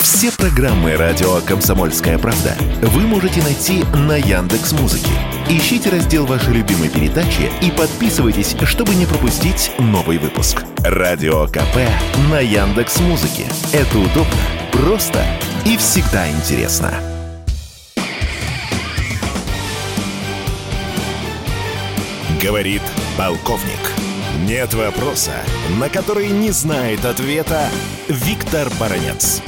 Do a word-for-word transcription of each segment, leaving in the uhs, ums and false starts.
Все программы радио «Комсомольская правда» вы можете найти на Яндекс.Музыке. Ищите раздел вашей любимой передачи и подписывайтесь, чтобы не пропустить новый выпуск. Радио КП на Яндекс.Музыке. Это удобно, просто и всегда интересно. Говорит полковник. Нет вопроса, на который не знает ответа Виктор Баранец.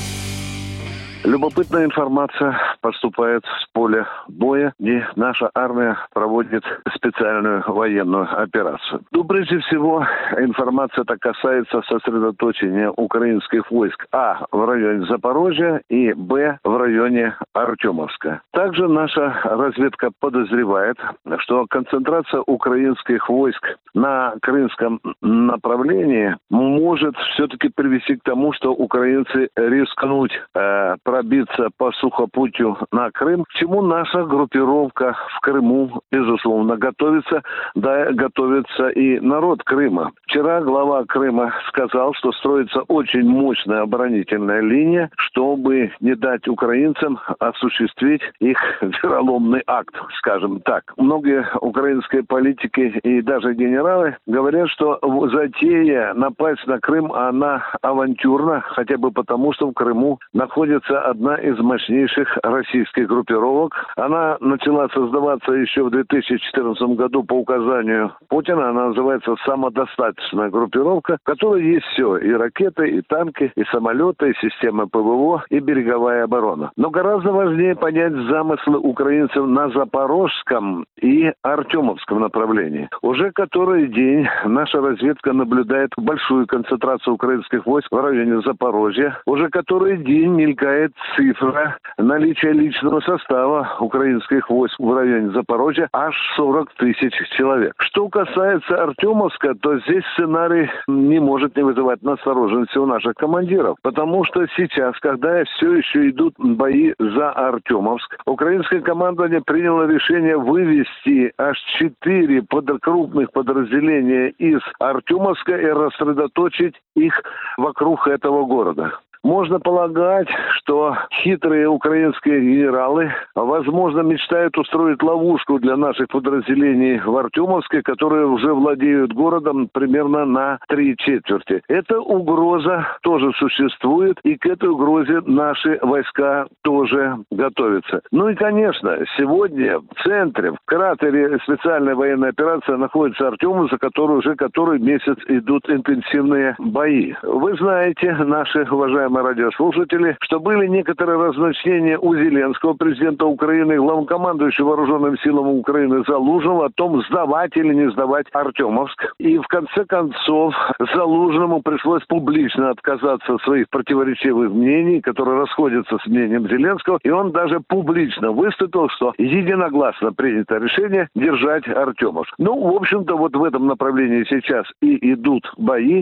Любопытная информация поступает с поля боя, где наша армия проводит специальную военную операцию. Ну, прежде всего, информация это касается сосредоточения украинских войск А в районе Запорожья и Б в районе Артемовска. Также наша разведка подозревает, что концентрация украинских войск на крымском направлении может все-таки привести к тому, что украинцы рискнут э, пробиться по сухопутью на Крым, к чему наша группировка в Крыму, безусловно, готовится, да, готовится и народ Крыма. Вчера глава Крыма сказал, что строится очень мощная оборонительная линия, чтобы не дать украинцам осуществить их вероломный акт, скажем так. Многие украинские политики и даже генералы говорят, что затея напасть на Крым, она авантюрна, хотя бы потому, что в Крыму находится одна из мощнейших российских группировок. Она начала создаваться еще в две тысячи четырнадцатом году по указанию Путина. Она называется «Самодостаточная группировка», в которой есть все. И ракеты, и танки, и самолеты, и системы ПВО, и береговая оборона. Но гораздо важнее понять замыслы украинцев на Запорожском и Артемовском направлении. Уже который день наша разведка наблюдает большую концентрацию украинских войск в районе Запорожья. Уже который день мелькает цифра наличия личного состава украинских войск в районе Запорожья аж сорок тысяч человек. Что касается Артемовска, то здесь сценарий не может не вызывать настороженности у наших командиров. Потому что сейчас, когда все еще идут бои за Артемовск, украинское командование приняло решение вывести аж четыре под крупных подразделения из Артемовска и рассредоточить их вокруг этого города. Можно полагать, что хитрые украинские генералы, возможно, мечтают устроить ловушку для наших подразделений в Артемовске, которые уже владеют городом примерно на три четверти. Эта угроза тоже существует, и к этой угрозе наши войска тоже готовятся. Ну и, конечно, сегодня в центре, в кратере специальной военной операции находится Артемовск, за который уже который месяц идут интенсивные бои. Вы знаете, наши уважаемые радиослушатели, что были некоторые разночтения у Зеленского, президента Украины, главнокомандующего вооруженным силам Украины Залужного о том, сдавать или не сдавать Артемовск. И в конце концов Залужному пришлось публично отказаться от своих противоречивых мнений, которые расходятся с мнением Зеленского, и он даже публично выступил, что единогласно принято решение держать Артемовск. Ну, в общем-то, вот в этом направлении сейчас и идут бои.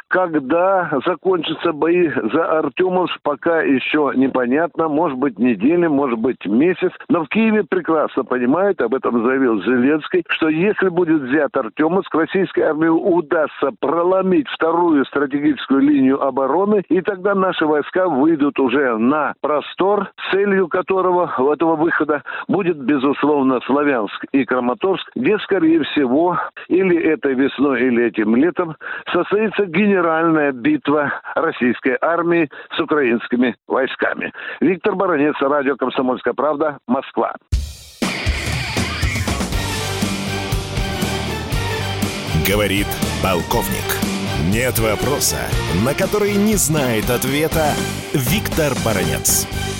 Когда закончатся бои за Артемовск, Артемовск пока еще непонятно, может быть неделя, может быть месяц, но в Киеве прекрасно понимают, об этом заявил Зеленский, что если будет взят Артемовск, российской армии удастся проломить вторую стратегическую линию обороны, и тогда наши войска выйдут уже на простор, целью которого у этого выхода будет, безусловно, Славянск и Краматорск, где, скорее всего, или этой весной, или этим летом состоится генеральная битва российской армии с украинскими войсками. Виктор Баранец, радио «Комсомольская правда», Москва. Говорит полковник. Нет вопроса, на который не знает ответа Виктор Баранец.